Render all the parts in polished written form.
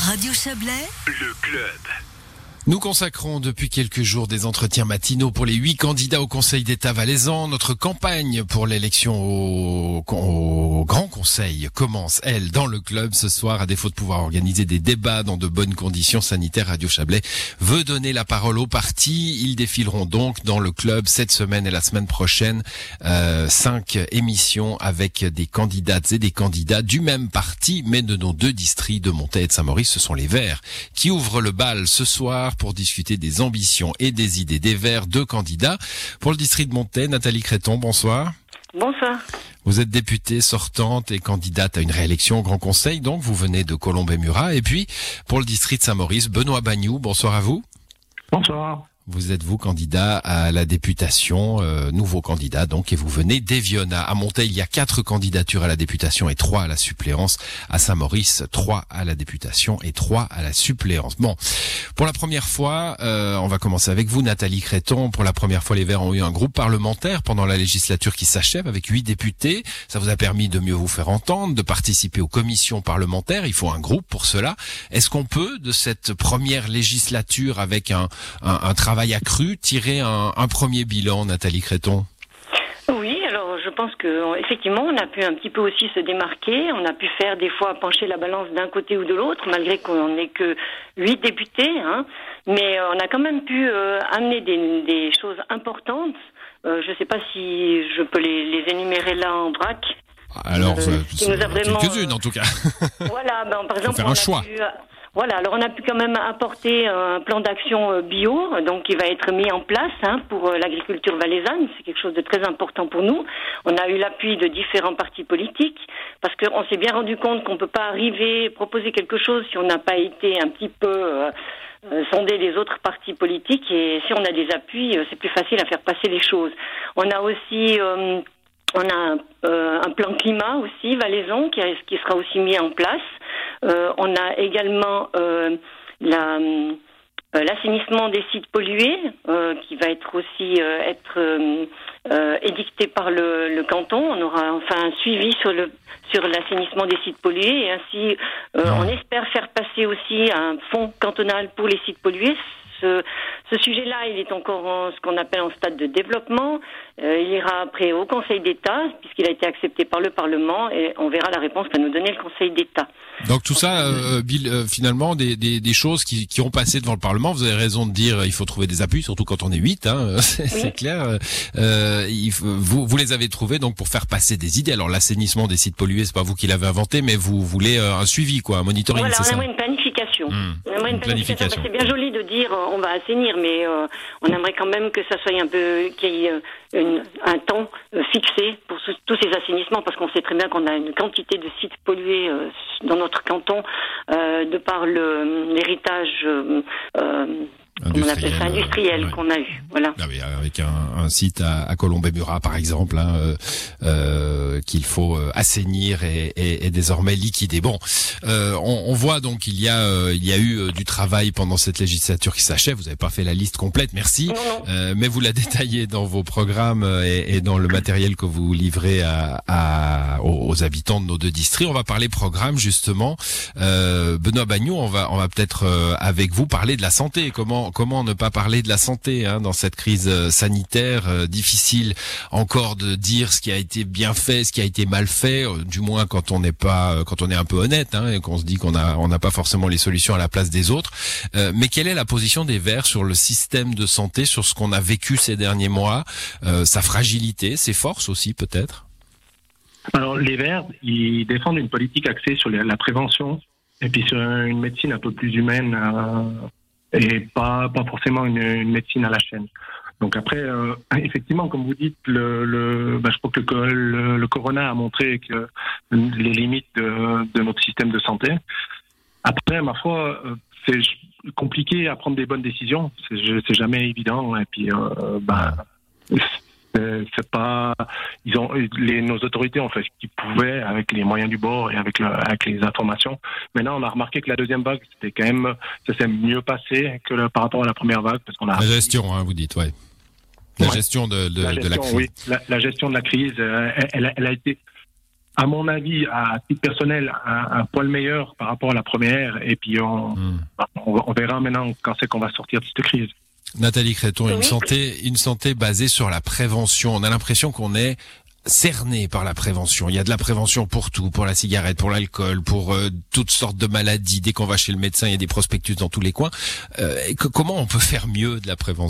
Radio Chablais, le club. Nous consacrons depuis quelques jours des entretiens matinaux pour les 8 candidats au Conseil d'État valaisan. Notre campagne pour l'élection au Grand Conseil commence, elle, dans le club ce soir. À défaut de pouvoir organiser des débats dans de bonnes conditions sanitaires, Radio Chablais veut donner la parole aux partis. Ils défileront donc dans le club cette semaine et la semaine prochaine. 5 émissions avec des candidates et des candidats du même parti, mais de nos 2 districts de Montaix et de Saint-Maurice. Ce sont les Verts qui ouvrent le bal ce soir pour discuter des ambitions et des idées des Verts, 2 candidats. Pour le district de Montaix, Nathalie Créton, bonsoir. Bonsoir. Vous êtes députée sortante et candidate à une réélection au Grand Conseil, donc vous venez de Colombey-Murat. Et puis, pour le district de Saint-Maurice, Benoît Bagnoux, bonsoir à vous. Bonsoir. Vous êtes, vous, candidat à la députation, nouveau candidat, donc, et vous venez d'Eviona. À Montaix, il y a 4 candidatures à la députation et 3 à la suppléance. À Saint-Maurice, 3 à la députation et 3 à la suppléance. Bon, pour la première fois, on va commencer avec vous, Nathalie Créton. Pour la première fois, les Verts ont eu un groupe parlementaire pendant la législature qui s'achève avec 8 députés. Ça vous a permis de mieux vous faire entendre, de participer aux commissions parlementaires. Il faut un groupe pour cela. Est-ce qu'on peut, de cette première législature avec un travail accru, tirer un premier bilan, Nathalie Créton? Oui, alors je pense que effectivement on a pu un petit peu aussi se démarquer, on a pu faire des fois pencher la balance d'un côté ou de l'autre, malgré qu'on n'est que 8 députés, mais on a quand même pu amener des choses importantes. Je ne sais pas si je peux les énumérer là en vrac. Alors, qui nous a vraiment, quelques-unes en tout cas. Voilà, par exemple, faire un choix. Voilà, alors on a pu quand même apporter un plan d'action bio, donc qui va être mis en place pour l'agriculture valaisanne. C'est quelque chose de très important pour nous. On a eu l'appui de différents partis politiques, parce qu'on s'est bien rendu compte qu'on ne peut pas arriver, proposer quelque chose si on n'a pas été un petit peu sonder les autres partis politiques. Et si on a des appuis, c'est plus facile à faire passer les choses. On a aussi... On a un plan climat aussi valaisan qui sera aussi mis en place. On a également l'assainissement des sites pollués qui va être aussi édicté par le canton. On aura enfin un suivi sur l'assainissement des sites pollués et ainsi on espère faire passer aussi un fonds cantonal pour les sites pollués. Ce sujet-là, il est encore en ce qu'on appelle en stade de développement. Il ira après au Conseil d'État, puisqu'il a été accepté par le Parlement, et on verra la réponse qu'a nous donné le Conseil d'État. Donc tout ça, finalement, des choses qui ont passé devant le Parlement. Vous avez raison de dire il faut trouver des appuis, surtout quand on est 8, c'est clair. Vous les avez trouvés donc pour faire passer des idées. Alors l'assainissement des sites pollués, c'est pas vous qui l'avez inventé, mais vous voulez un suivi, un monitoring, voilà, c'est ça? On aimerait une planification. Une planification. C'est bien joli de dire on va assainir, mais on aimerait quand même que ça soit qu'il y ait un temps fixé pour tous ces assainissements, parce qu'on sait très bien qu'on a une quantité de sites pollués dans notre canton de par l'héritage industriel qu'on a eu. Voilà. Ah oui, avec un site à Colombey-Murat par exemple, qu'il faut assainir et désormais liquider. Bon, on voit donc il y a eu du travail pendant cette législature qui s'achève. Vous n'avez pas fait la liste complète, merci, non. Mais vous la détaillez dans vos programmes et dans le matériel que vous livrez aux habitants de nos 2 districts. On va parler programme justement. Benoît Bagnoux, on va peut-être avec vous parler de la santé. Comment ne pas parler de la santé dans cette crise sanitaire? Difficile encore de dire ce qui a été bien fait, ce qui a été mal fait, du moins quand on est un peu honnête et qu'on se dit qu'on n'a pas forcément les solutions à la place des autres. Mais quelle est la position des Verts sur le système de santé, sur ce qu'on a vécu ces derniers mois, sa fragilité, ses forces aussi peut-être? Alors les Verts, ils défendent une politique axée sur la prévention et puis sur une médecine un peu plus humaine. Et pas forcément une médecine à la chaîne. Donc après, effectivement, comme vous dites, je crois que le corona a montré que les limites de notre système de santé. Après, ma foi, c'est compliqué à prendre des bonnes décisions. C'est jamais évident. Et puis, c'est pas. Nos autorités ont fait ce qu'ils pouvaient avec les moyens du bord et avec les informations. Maintenant, on a remarqué que la deuxième vague, c'était quand même, ça s'est mieux passé que par rapport à la première vague, parce qu'on a. La gestion, vous dites, ouais. La gestion de la crise. Oui, la gestion de la crise, elle a été à mon avis, à titre personnel, un poil meilleure par rapport à la première. Et puis, on verra maintenant quand c'est qu'on va sortir de cette crise. Nathalie Créton, une santé basée sur la prévention. On a l'impression qu'on est cerné par la prévention. Il y a de la prévention pour tout, pour la cigarette, pour l'alcool, pour toutes sortes de maladies. Dès qu'on va chez le médecin, il y a des prospectus dans tous les coins. Comment on peut faire mieux de la prévention ?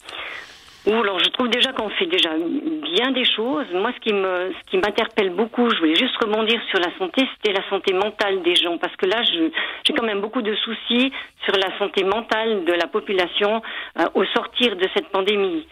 Alors je trouve déjà qu'on fait déjà bien des choses. Moi, ce qui m'interpelle beaucoup, je voulais juste rebondir sur la santé, c'était la santé mentale des gens, parce que là, j'ai quand même beaucoup de soucis sur la santé mentale de la population au sortir de cette pandémie.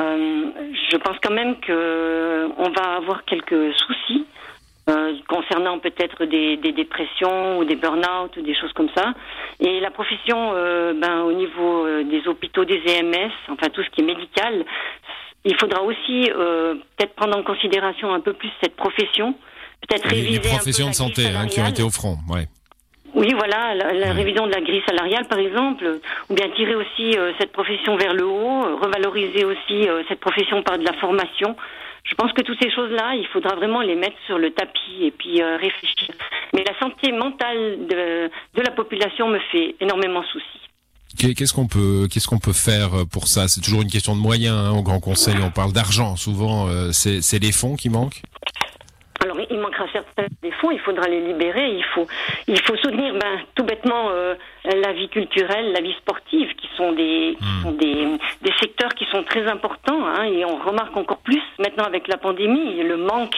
Je pense quand même que on va avoir quelques soucis concernant peut-être des dépressions ou des burn-out ou des choses comme ça. Et la profession, au niveau des hôpitaux, des EMS, enfin tout ce qui est médical, il faudra aussi peut-être prendre en considération un peu plus cette profession, peut-être réviser les professions de santé qui ont été au front, ouais. Oui, voilà, la révision de la grille salariale, par exemple, ou bien tirer aussi cette profession vers le haut, revaloriser aussi cette profession par de la formation. Je pense que toutes ces choses-là, il faudra vraiment les mettre sur le tapis et puis réfléchir. Mais la santé mentale de la population me fait énormément souci. Qu'est-ce qu'on peut faire pour ça ? C'est toujours une question de moyens. Au Grand Conseil, on parle d'argent. Souvent, c'est les fonds qui manquent. Alors, il manquera certains des fonds, il faudra les libérer, il faut soutenir tout bêtement la vie culturelle, la vie sportive, qui sont des secteurs qui sont très importants, et on remarque encore plus maintenant avec la pandémie, le manque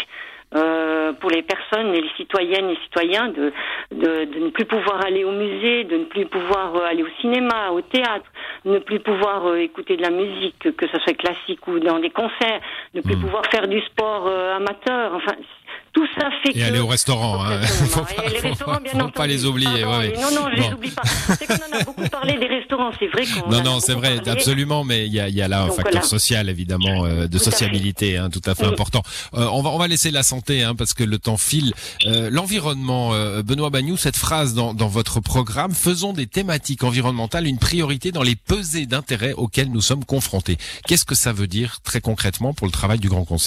pour les personnes et les citoyennes et citoyens de ne plus pouvoir aller au musée, de ne plus pouvoir aller au cinéma, au théâtre, de ne plus pouvoir écouter de la musique, que ce soit classique ou dans des concerts, de ne plus pouvoir faire du sport amateur, enfin... Tout ça fait et aller au restaurant, faut pas les oublier. Non, je les oublie pas. C'est qu'on en a beaucoup parlé des restaurants, c'est vrai qu'on Non, c'est vrai, absolument, mais il y a là un facteur social, évidemment, de sociabilité, tout à fait important. On va laisser la santé, parce que le temps file. L'environnement, Benoît Bagnoud, cette phrase dans votre programme, faisons des thématiques environnementales une priorité dans les pesées d'intérêt auxquelles nous sommes confrontés. Qu'est-ce que ça veut dire très concrètement pour le travail du Grand Conseil ?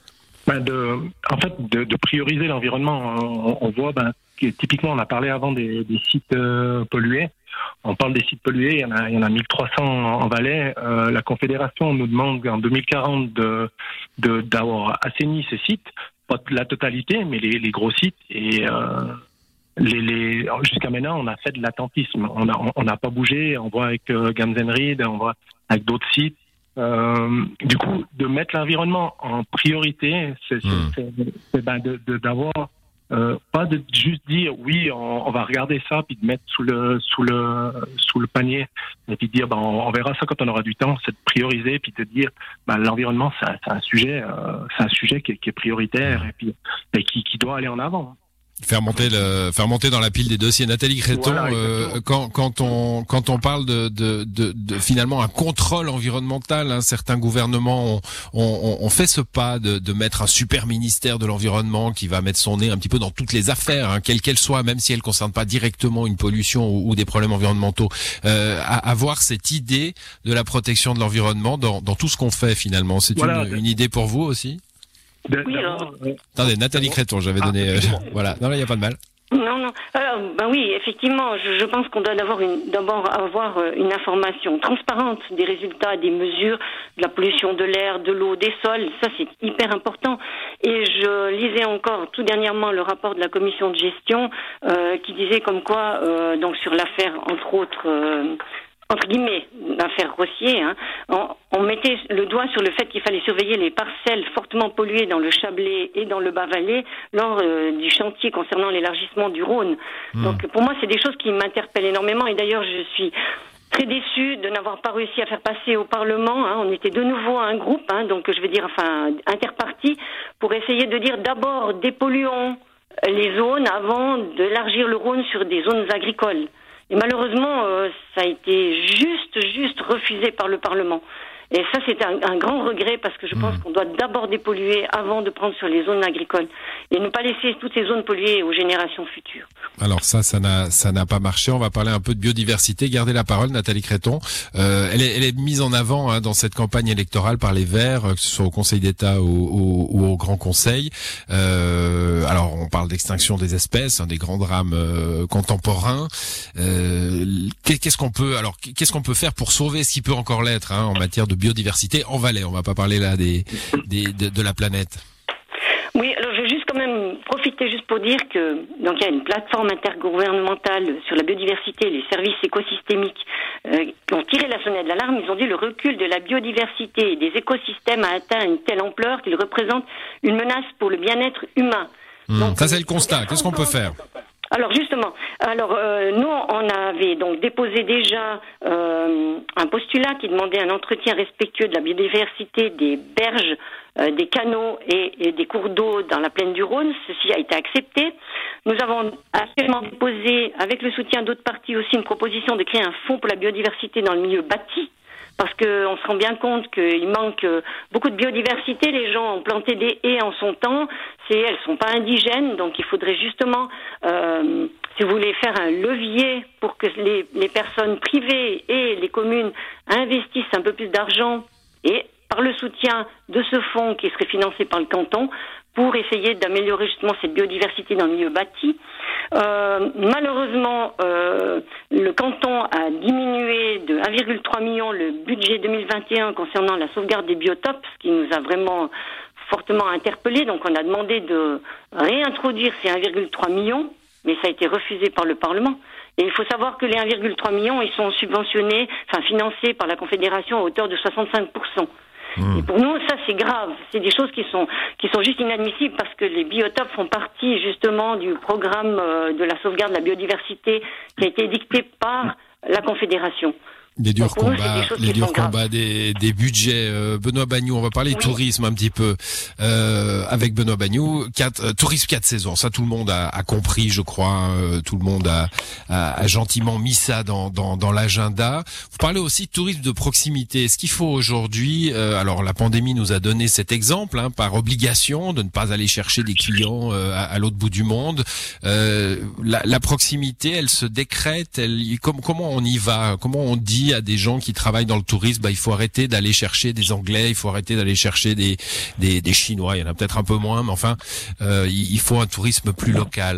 De prioriser l'environnement. On voit, que, typiquement, on a parlé avant des sites pollués. On parle des sites pollués, il y en a 1300 en Valais. La Confédération nous demande en 2040 d'avoir assaini ces sites, pas la totalité, mais les gros sites. Et jusqu'à maintenant, on a fait de l'attentisme. On n'a pas bougé. On voit avec Gamsenried, on voit avec d'autres sites. Du coup, de mettre l'environnement en priorité, c'est d'avoir pas de juste dire oui, on va regarder ça puis de mettre sous le panier et puis de dire on verra ça quand on aura du temps. C'est de prioriser puis de dire l'environnement c'est un sujet qui est prioritaire et qui doit aller en avant. Faire monter dans la pile des dossiers. Nathalie Créton, voilà, quand on parle de finalement un contrôle environnemental, certains gouvernements ont fait ce pas de mettre un super ministère de l'environnement qui va mettre son nez un petit peu dans toutes les affaires, quelles qu'elles soient, même si elles concernent pas directement une pollution ou des problèmes environnementaux. Avoir cette idée de la protection de l'environnement dans tout ce qu'on fait finalement, c'est une idée pour vous aussi? Oui, alors... Attendez, Nathalie Créton, j'avais donné... voilà, non, là, il n'y a pas de mal. Non. Alors, oui, effectivement, je pense qu'on doit d'abord avoir une information transparente des résultats, des mesures de la pollution de l'air, de l'eau, des sols. Ça, c'est hyper important. Et je lisais encore tout dernièrement le rapport de la commission de gestion qui disait comme quoi, donc sur l'affaire, entre autres... entre guillemets, l'affaire Rossier, on mettait le doigt sur le fait qu'il fallait surveiller les parcelles fortement polluées dans le Chablais et dans le Bas-Valais lors du chantier concernant l'élargissement du Rhône. Donc pour moi, c'est des choses qui m'interpellent énormément et d'ailleurs je suis très déçue de n'avoir pas réussi à faire passer au Parlement. On était de nouveau un groupe, donc je veux dire, interparti, pour essayer de dire d'abord dépolluons les zones avant d'élargir le Rhône sur des zones agricoles. Et malheureusement, ça a été juste refusé par le Parlement. Et ça, c'est un grand regret parce que je pense qu'on doit d'abord dépolluer avant de prendre sur les zones agricoles et ne pas laisser toutes ces zones polluées aux générations futures. Alors ça n'a pas marché. On va parler un peu de biodiversité. Gardez la parole, Nathalie Créton. Elle est mise en avant dans cette campagne électorale par les Verts, que ce soit au Conseil d'État ou au Grand Conseil. Alors on parle d'extinction des espèces, des grands drames contemporains. Qu'est-ce qu'on peut faire pour sauver ce qui peut encore l'être en matière de biodiversité en Valais? On va pas parler là de la planète. Oui, alors je vais juste quand même profiter juste pour dire que donc il y a une plateforme intergouvernementale sur la biodiversité, les services écosystémiques qui ont tiré la sonnette d'alarme. Ils ont dit le recul de la biodiversité et des écosystèmes a atteint une telle ampleur qu'il représente une menace pour le bien-être humain. Donc, ça c'est le constat. Qu'est-ce qu'on peut faire? Alors justement, nous on avait donc déposé déjà un postulat qui demandait un entretien respectueux de la biodiversité des berges, des canaux et des cours d'eau dans la plaine du Rhône. Ceci a été accepté. Nous avons actuellement déposé, avec le soutien d'autres partis aussi, une proposition de créer un fonds pour la biodiversité dans le milieu bâti. Parce qu'on se rend bien compte qu'il manque beaucoup de biodiversité. Les gens ont planté des haies en son temps. Elles sont pas indigènes, donc il faudrait justement, si vous voulez, faire un levier pour que les personnes privées et les communes investissent un peu plus d'argent et par le soutien de ce fonds qui serait financé par le canton pour essayer d'améliorer justement cette biodiversité dans le milieu bâti. Malheureusement, le canton a diminué de 1,3 million le budget 2021 concernant la sauvegarde des biotopes, ce qui nous a vraiment fortement interpellés. Donc on a demandé de réintroduire ces 1,3 million, mais ça a été refusé par le Parlement. Et il faut savoir que les 1,3 million, ils sont financés par la Confédération à hauteur de 65%. Et pour nous, ça c'est grave. C'est des choses qui sont juste inadmissibles parce que les biotopes font partie justement du programme de la sauvegarde de la biodiversité qui a été édicté par la Confédération. Les durs combats des budgets. Benoît Bagnou, on va parler tourisme un petit peu avec Benoît Bagnou. Tourisme 4 saisons, ça tout le monde a compris, je crois. Tout le monde a gentiment mis ça dans l'agenda. Vous parlez aussi de tourisme de proximité. Ce qu'il faut aujourd'hui, alors la pandémie nous a donné cet exemple, par obligation de ne pas aller chercher des clients à l'autre bout du monde. La proximité, elle se décrète. Comment on y va? Comment on dit à des gens qui travaillent dans le tourisme, il faut arrêter d'aller chercher des Anglais, il faut arrêter d'aller chercher des Chinois, il y en a peut-être un peu moins, mais enfin, il faut un tourisme plus local.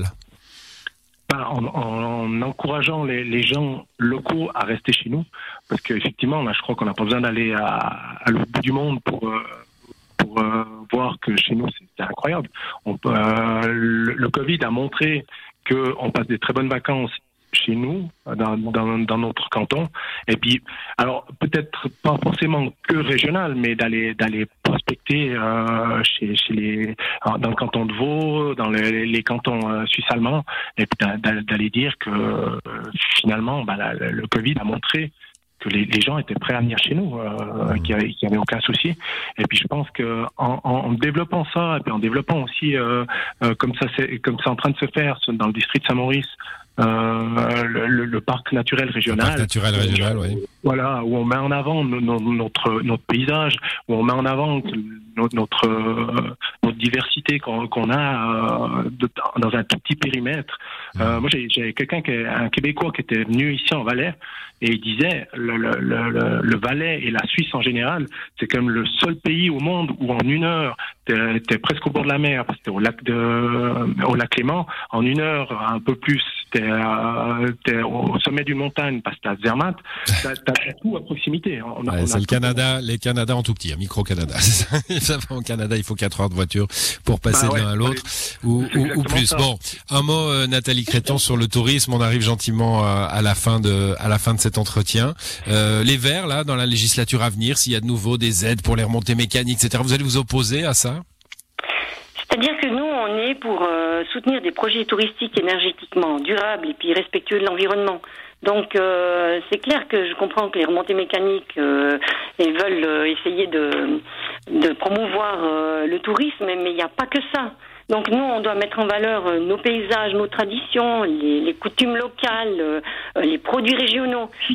En encourageant les gens locaux à rester chez nous, parce qu'effectivement, je crois qu'on n'a pas besoin d'aller à l'autre bout du monde pour voir que chez nous, c'est incroyable. Le Covid a montré qu'on passe des très bonnes vacances chez nous, dans notre canton. Et puis, alors, peut-être pas forcément que régional, mais d'aller prospecter dans le canton de Vaud, dans les cantons suisses-allemands, et puis d'aller dire que finalement, le Covid a montré que les gens étaient prêts à venir chez nous, qu'il n'y avait aucun souci. Et puis je pense que en développant ça, et puis en développant aussi, comme c'est en train de se faire dans le district de Saint-Maurice, le parc naturel régional. Le parc naturel régional, oui. Voilà, où on met en avant notre paysage, où on met en avant notre diversité qu'on a dans un tout petit périmètre. Moi, j'ai un Québécois qui était venu ici en Valais et il disait le Valais et la Suisse en général, c'est comme le seul pays au monde où en 1 heure t'es presque au bord de la mer, parce que t'es au lac Léman. En 1 heure, un peu plus, t'es au sommet d'une montagne, parce que t'as Zermatt. T'as tout à proximité. C'est le Canada, les Canada en tout petit, un micro-Canada. Au Canada, il faut 4 heures de voiture pour passer de l'un à l'autre, ou plus. Ça. Bon, un mot, Nathalie Créton, sur le tourisme. On arrive gentiment à la fin de cet entretien. Les Verts, là, dans la législature à venir, s'il y a de nouveau des aides pour les remontées mécaniques, etc., vous allez vous opposer à ça? C'est-à-dire que nous, on est pour soutenir des projets touristiques énergétiquement durables et puis respectueux de l'environnement. Donc, c'est clair que je comprends que les remontées mécaniques ils veulent essayer de promouvoir le tourisme, mais il n'y a pas que ça. Donc nous, on doit mettre en valeur nos paysages, nos traditions, les coutumes locales, les produits régionaux.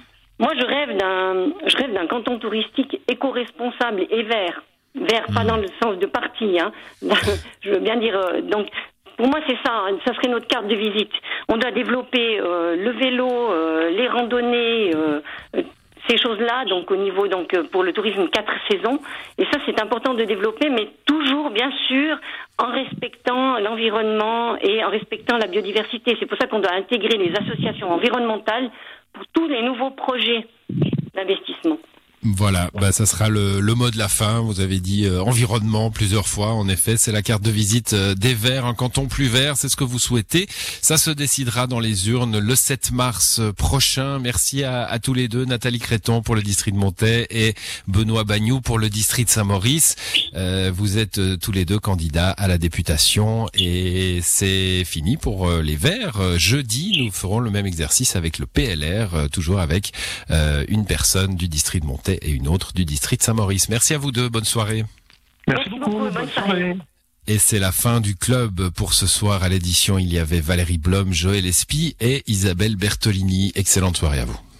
Moi, je rêve d'un canton touristique éco-responsable et vert. Vert, pas dans le sens de parti, hein. Je veux bien dire, donc, pour moi, c'est ça, hein, ça serait notre carte de visite. On doit développer le vélo, les randonnées, ces choses-là, donc au niveau pour le tourisme 4 saisons. Et ça, c'est important de développer, mais toujours, bien sûr, en respectant l'environnement et en respectant la biodiversité. C'est pour ça qu'on doit intégrer les associations environnementales pour tous les nouveaux projets d'investissement. Voilà, ça sera le mot de la fin. Vous avez dit environnement plusieurs fois. En effet, c'est la carte de visite des Verts, un canton plus vert. C'est ce que vous souhaitez. Ça se décidera dans les urnes le 7 mars prochain. Merci à tous les deux, Nathalie Créton pour le district de Montaix et Benoît Bagnoux pour le district de Saint-Maurice. Vous êtes tous les deux candidats à la députation et c'est fini pour les Verts. Jeudi, nous ferons le même exercice avec le PLR, toujours avec une personne du district de Montaix et une autre du district de Saint-Maurice. Merci à vous deux, bonne soirée. Merci beaucoup, bonne soirée. Et c'est la fin du club pour ce soir. À l'édition, il y avait Valérie Blom, Joël Espy et Isabelle Bertolini. Excellente soirée à vous.